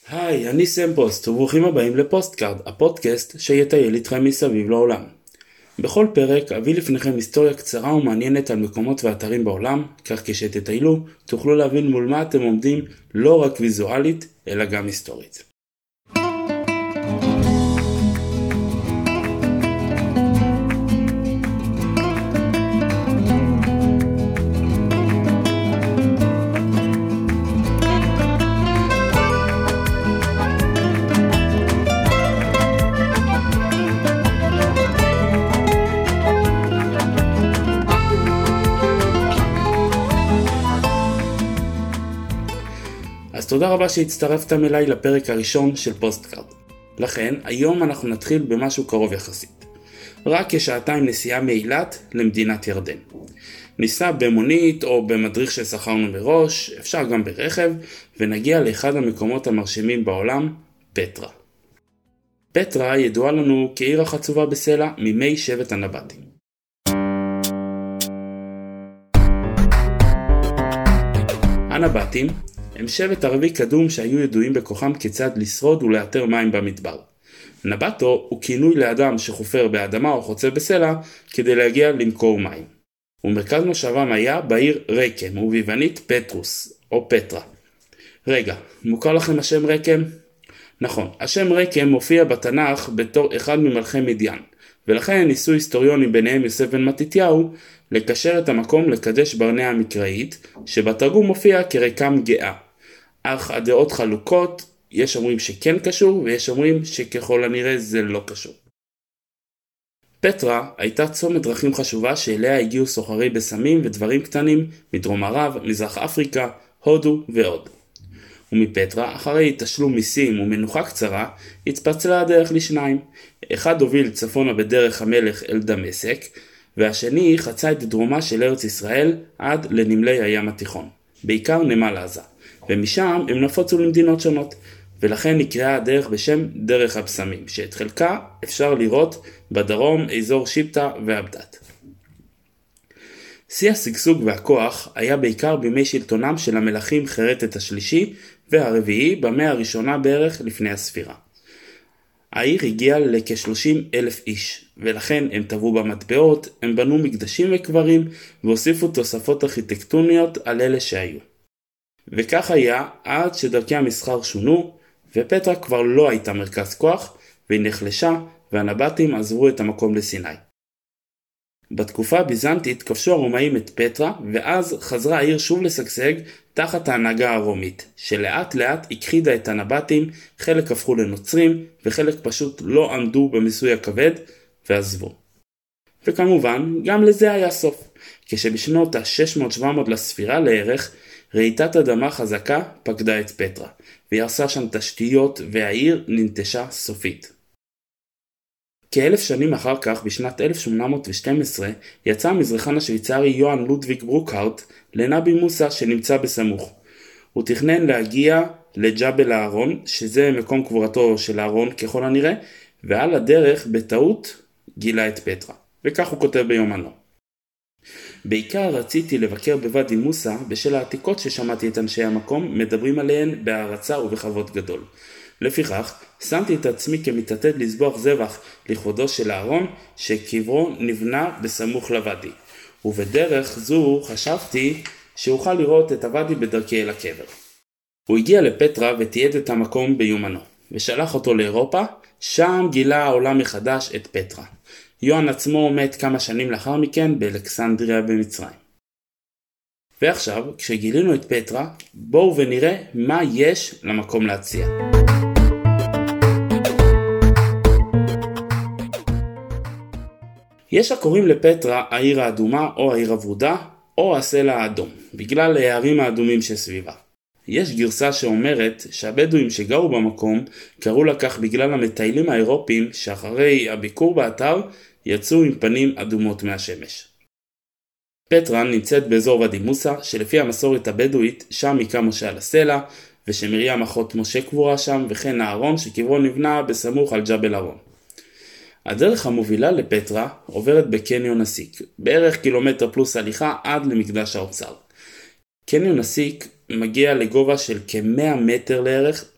היי, אני סם פוסט, וברוכים הבאים לפוסטקארד, הפודקאסט שיטייל איתכם מסביב לעולם. בכל פרק אביא לפניכם היסטוריה קצרה ומעניינת על מקומות ואתרים בעולם, כך כשתטיילו תוכלו להבין מול מה אתם עומדים לא רק ויזואלית, אלא גם היסטורית. אז תודה רבה שהצטרפתם אליי לפרק הראשון של פוסטקארד. לכן, היום אנחנו נתחיל במשהו קרוב יחסית. רק כשעתיים נסיעה מאילת למדינת ירדן. ניסע במונית או במדריך ששכרנו מראש, אפשר גם ברכב, ונגיע לאחד המקומות המרשימים בעולם, פטרה. פטרה ידועה לנו כעיר החצובה בסלע מימי שבט הנבטים. הנבטים הם שבט ערבי קדום שהיו ידועים בכוחם כיצד לשרוד ולאתר מים במדבר. נבטו הוא כינוי לאדם שחופר באדמה או חוצה בסלע כדי להגיע למקור מים. ומרכז מושבם היה בעיר רקם, וביוונית פטרוס או פטרה. רגע, מוכר לכם השם רקם? נכון, השם רקם מופיע בתנ"ך בתור אחד ממלכי מדיין, ולכן ניסו היסטוריונים ביניהם יוסף בן מתתיהו לקשר את המקום לקדש ברנע המקראית, שבתרגום מופיע כרקם גאה. אך הדעות חלוקות, יש אומרים שכן קשור ויש אומרים שככל הנראה זה לא קשור. פטרה הייתה צומת דרכים חשובה שאליה הגיעו סוחרי בסמים ודברים קטנים מדרום ערב, מזרח אפריקה, הודו ועוד. ומפטרה, אחרי תשלום מיסים ומנוחה קצרה, התפצלה הדרך לשניים. אחד הוביל צפונה בדרך המלך אל דמשק, והשני חצה את דרומה של ארץ ישראל עד לנמלי הים התיכון, בעיקר נמל עזה, ומשם הם נפוצו למדינות שונות, ולכן נקראה הדרך בשם דרך הבשמים, שאת חלקה אפשר לראות בדרום, אזור שיפטה ועבדת. שיא השגשוג והכוח היה בעיקר בימי שלטונם של המלכים חרטט השלישי והרביעי במאה הראשונה בערך לפני הספירה. העיר הגיעה לכ-30,000 איש, ולכן הם טבעו במטבעות, הם בנו מקדשים וקברים, והוסיפו תוספות ארכיטקטוניות על אלה שהיו. וכך היה עד שדרכי המסחר שונו, ופטרה כבר לא הייתה מרכז כוח, והיא נחלשה, והנבטים עזבו את המקום לסיני. בתקופה הביזנטית כבשו הרומאים את פטרה, ואז חזרה העיר שוב לשגשג תחת ההנהגה הרומית, שלאט לאט הכחידה את הנבטים, חלק הפכו לנוצרים, וחלק פשוט לא עמדו במיסוי הכבד, ועזבו. וכמובן, גם לזה היה סוף, כשבשנות ה-600-700 לספירה לערך, רעידת אדמה חזקה פקדה את פטרה, והיא הרסה שם תשתיות, והעיר ננטשה סופית. כ-1000 שנים אחר כך, בשנת 1812, יצא המזרחן השוויצרי יוהאן לודוויג ברוקהארט לנבי מוסא שנמצא בסמוך. הוא תכנן להגיע לג'בל הארון, שזה מקום קבורתו של הארון ככל הנראה, ועל הדרך בטעות גילה את פטרה, וכך הוא כותב ביומנו. בעיקר רציתי לבקר בוואדי מוסא בשל העתיקות ששמעתי את אנשי המקום מדברים עליהן בהערצה ובכבוד גדול. לפיכך, שמתי את עצמי כמתעתד לסבוח זבח לכבודו של הארון שקברו נבנה בסמוך לוואדי, ובדרך זו חשבתי שאוכל לראות את הוואדי בדרכי אל הקבר. הוא הגיע לפטרה ותיעד את המקום ביומנו, ושלח אותו לאירופה, שם גילה העולם מחדש את פטרה. יוהאן עצמו מת כמה שנים לאחר מכן באלכסנדריה במצרים. ועכשיו, כשגילינו את פטרה, בואו ונראה מה יש למקום להציע. יש הקוראים לפטרה העיר האדומה או העיר הוורודה או הסלע האדום, בגלל הערים האדומים שסביבה. יש גרסה שאומרת שהבדואים שגרו במקום קראו לכך בגלל המטיילים האירופיים שאחרי הביקור באתר יצאו עם פנים אדומות מהשמש. פטרה נמצאת באזור ואדי מוסא, שלפי המסורת הבדואית שם היכה משה על הסלע, ושמרים אחות משה קבורה שם, וכן הארון שקברו נבנה בסמוך על ג'בל ארון. הדרך המובילה לפטרה עוברת בקניון הסיק, בערך קילומטר פלוס הליכה עד למקדש האוצר. קניון הסיק מגיע לגובה של כ-100 מטר לערך,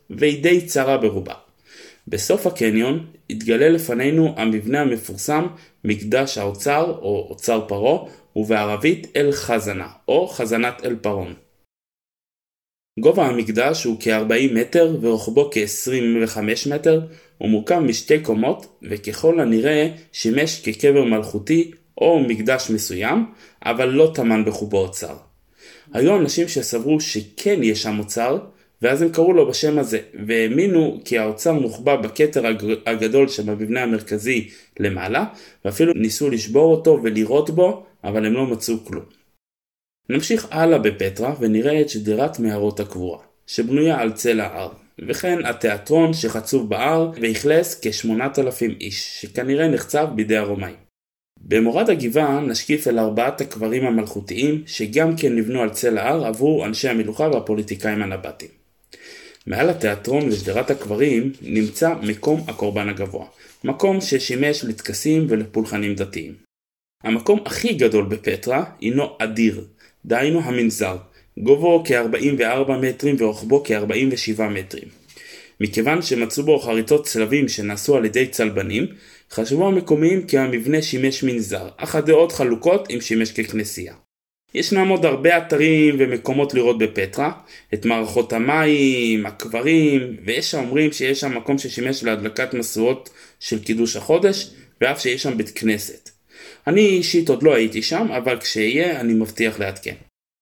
והיא די צרה ברובה. בסוף הקניון התגלה לפנינו המבנה המפורסם מקדש האוצר או אוצר פרעה, ובערבית אל חזנה או חזנת אל פרעון. גובה המקדש הוא כ-40 מטר ורוחבו כ-25 מטר, הוא מורכב משתי קומות וככל הנראה שימש כקבר מלכותי או מקדש מסוים, אבל לא טמן בחובו אוצר. היו אנשים שסברו שכן יש שם אוצר, ואז הם קראו לו בשם הזה, והאמינו כי האוצר מוחבא בכתר הגדול שבמבנה המרכזי למעלה, ואפילו ניסו לשבור אותו ולראות בו, אבל הם לא מצאו כלום. נמשיך הלאה בפטרה ונראה את שדרת מערות הקבורה, שבנויה על צלע ההר, וכן התיאטרון שחצוב בהר והכלס כ-8,000 איש, שכנראה נחצב בידי הרומאים. במורד הגבעה נשקיף אל 4 הקברים המלכותיים, שגם כן נבנו על צלע ההר עבור אנשי המלוכה והפוליטיקאים הנבטים. מעל התיאטרון ושדרת הקברים נמצא מקום הקורבן הגבוה, מקום ששימש לטקסים ולפולחנים דתיים. המקום הכי גדול בפטרה הינו אדיר, דהיינו המנזר, גובהו כ-44 מטרים ורוחבו כ-47 מטרים. מכיוון שמצאו בו חריטות צלבים שנעשו על ידי צלבנים, חשבו המקומיים כי המבנה שימש מנזר, אך הדעות חלוקות אם שימש ככנסייה. ישנם עוד הרבה אתרים ומקומות לראות בפטרה, את מערכות המים, הקברים, ויש שאומרים שיש שם מקום ששימש להדלקת משואות של קידוש החודש, ואף שיש שם בית כנסת. אני אישית עוד לא הייתי שם, אבל כשיהיה אני מבטיח לעדכן.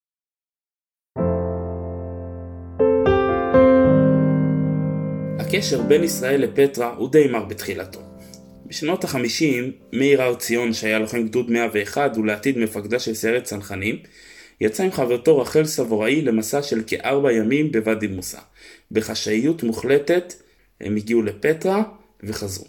הקשר בין ישראל לפטרה הוא די מר בתחילתו. בשנות ה-50, מאיר הר ציון שהיה לוחם גדוד 101 ולעתיד מפקדה של סיירת צנחנים, יצא עם חברתו רחל סבוראי למסע של כ4 ימים בוואדי מוסא. בחשאיות מוחלטת הם הגיעו לפטרה וחזרו.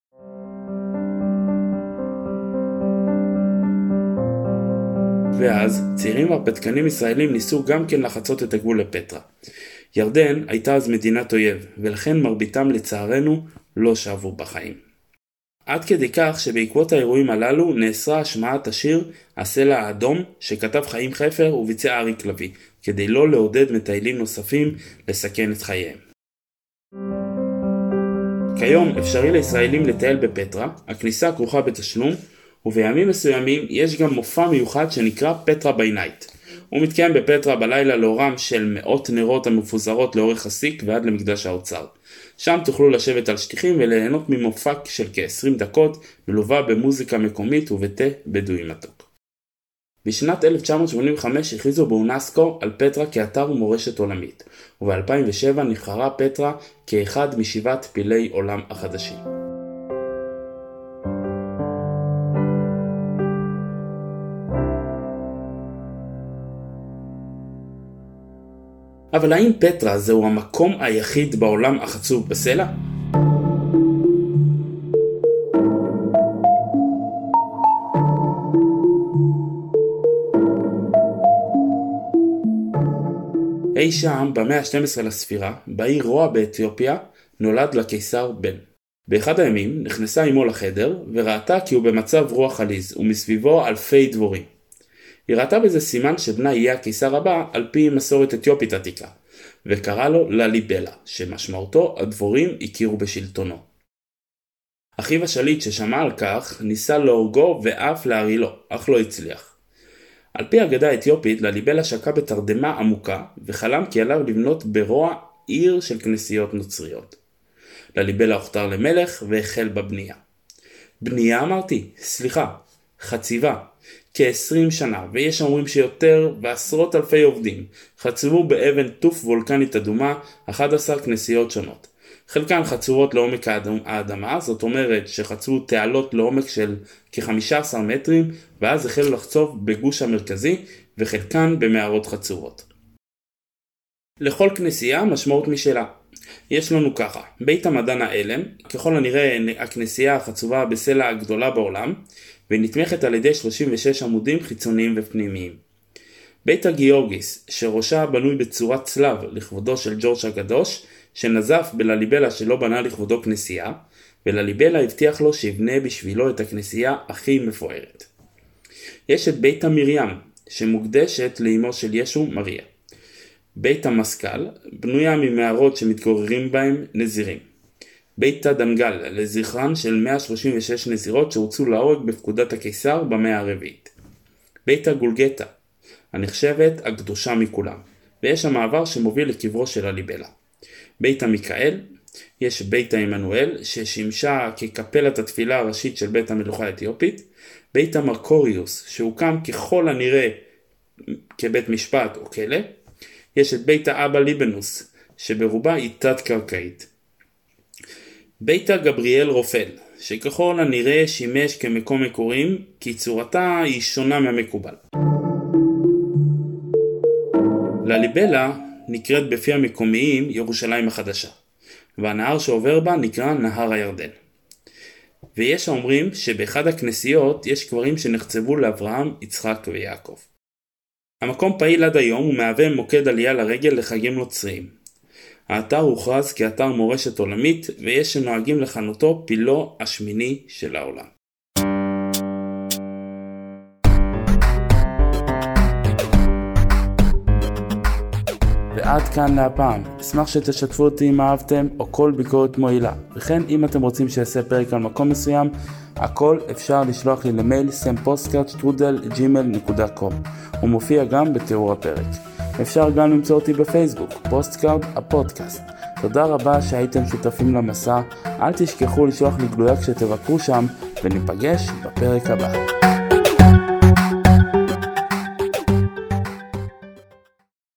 ואז צעירים והרפתקנים ישראלים ניסו גם כן לחצות את הגבול לפטרה. ירדן הייתה אז מדינת אויב, ולכן מרביתם לצערנו לא שבו בחיים. עד כדי כך שבעקבות האירועים הללו נאסרה השמעת השיר הסלע האדום שכתב חיים חפר וביצע אריק לוי, כדי לא לעודד מטיילים נוספים לסכן את חייהם. כיום אפשרי לישראלים לטייל בפטרה, הכניסה כרוכה בתשלום, ובימים מסוימים יש גם מופע מיוחד שנקרא פטרה ביי נייט. הוא מתקיים בפטרה בלילה לאורם של מאות נרות המפוזרות לאורך הסיק ועד למקדש האוצר. שם תוכלו לשבת על שטיחים וליהנות ממופע של כ-20 דקות מלווה במוזיקה מקומית ובתה בדואי מתוק. בשנת 1985 הכריזו באונסקו על פטרה כאתר מורשת עולמית, וב-2007 נבחרה פטרה כאחד מ7 פילי עולם החדשים. אבל האם פטרה זהו המקום היחיד בעולם החצוב בסלע? אי שם במאה ה-12 לספירה, בעיר רואה באתיופיה, נולד לקיסר בן. באחד הימים נכנסה אמו לחדר וראתה כי הוא במצב רוח עליז ומסביבו אלפי דבורים. היא ראתה בזה סימן שבנה יהיה הקיסר הבא על פי מסורת אתיופית עתיקה, וקרא לו לליבלה, שמשמעותו הדבורים הכירו בשלטונו. אחיו השליט ששמע על כך ניסה להורגו ואף להרעילו, אך לא הצליח. על פי אגדה האתיופית, לליבלה שקע בתרדמה עמוקה, וחלם כי עליו לבנות ברוע עיר של כנסיות נוצריות. לליבלה הוכתר למלך והחל בבנייה. בנייה אמרתי? סליחה, חציבה. כ-20 שנה, ויש אומרים שיותר ועשרות אלפי עובדים, חצבו באבן טוף וולקנית אדומה 11 כנסיות שונות. חלקן חצובות לעומק האדמה, זאת אומרת שחצבו תעלות לעומק של כ-15 מטרים, ואז החלו לחצוב בגוש המרכזי, וחלקן במערות חצובות. לכל כנסייה משמעות משלה. יש לנו ככה, בית המדען האלם, ככל הנראה הכנסייה החצובה בסלע הגדולה בעולם, ונתמכת על ידי 36 עמודים חיצוניים ופנימיים. בית הגיאורגיס, שראשה בנוי בצורת צלב לכבודו של ג'ורג' הקדוש, שנזף בלליבלה שלא בנה לכבודו כנסייה, ולליבלה הבטיח לו שיבנה בשבילו את הכנסייה הכי מפוארת. יש את בית המרים, שמוקדשת לאמו של ישו מריה. בית המשכל בנויה ממערות שמתגוררים בהם נזירים. בית הדנגל לזכרן של 136 נזירות שהוצאו להורג בפקודת הקיסר במאה הרביעית. בית הגולגטה הנחשבת הקדושה מכולם, ויש המעבר שמוביל לקברו של הליבלה. בית המיקאל, יש בית העמנואל ששימשה כקפלת התפילה הראשית של בית המלוכה האתיופית. בית המרקוריוס שהוקם ככל הנראה כבית משפט או כלא. יש את בית האבא ליבנוס שברובה היא תת קרקעית. בית הגבריאל רופל שככל הנראה שימש כמקום מקורים כי צורתה היא שונה מהמקובל. לליבלה נקראת בפי המקומיים ירושלים החדשה, והנהר שעובר בה נקרא נהר הירדן. ויש האומרים שבאחד הכנסיות יש קברים שנחצבו לאברהם, יצחק ויעקב. המקום פעיל עד היום ומהווה מוקד עלייה לרגל לחגים נוצריים. האתר הוכרז כאתר מורשת עולמית ויש שנוהגים לכנותו פילו השמיני של העולם. ועד כאן להפעם. אשמח שתשתפו אותי אם אהבתם או כל ביקורת מועילה. וכן אם אתם רוצים שיעשה פרק על מקום מסוים, הכל אפשר לשלוח לי למייל sempostcard@gmail.com. הוא מופיע גם בתיאור הפרק. אפשר גם למצוא אותי בפייסבוק, פוסטקארד הפודקאסט. תודה רבה שהייתם שותפים למסע, אל תשכחו לשלוח לי גלויה כשתבקרו שם, וניפגש בפרק הבא.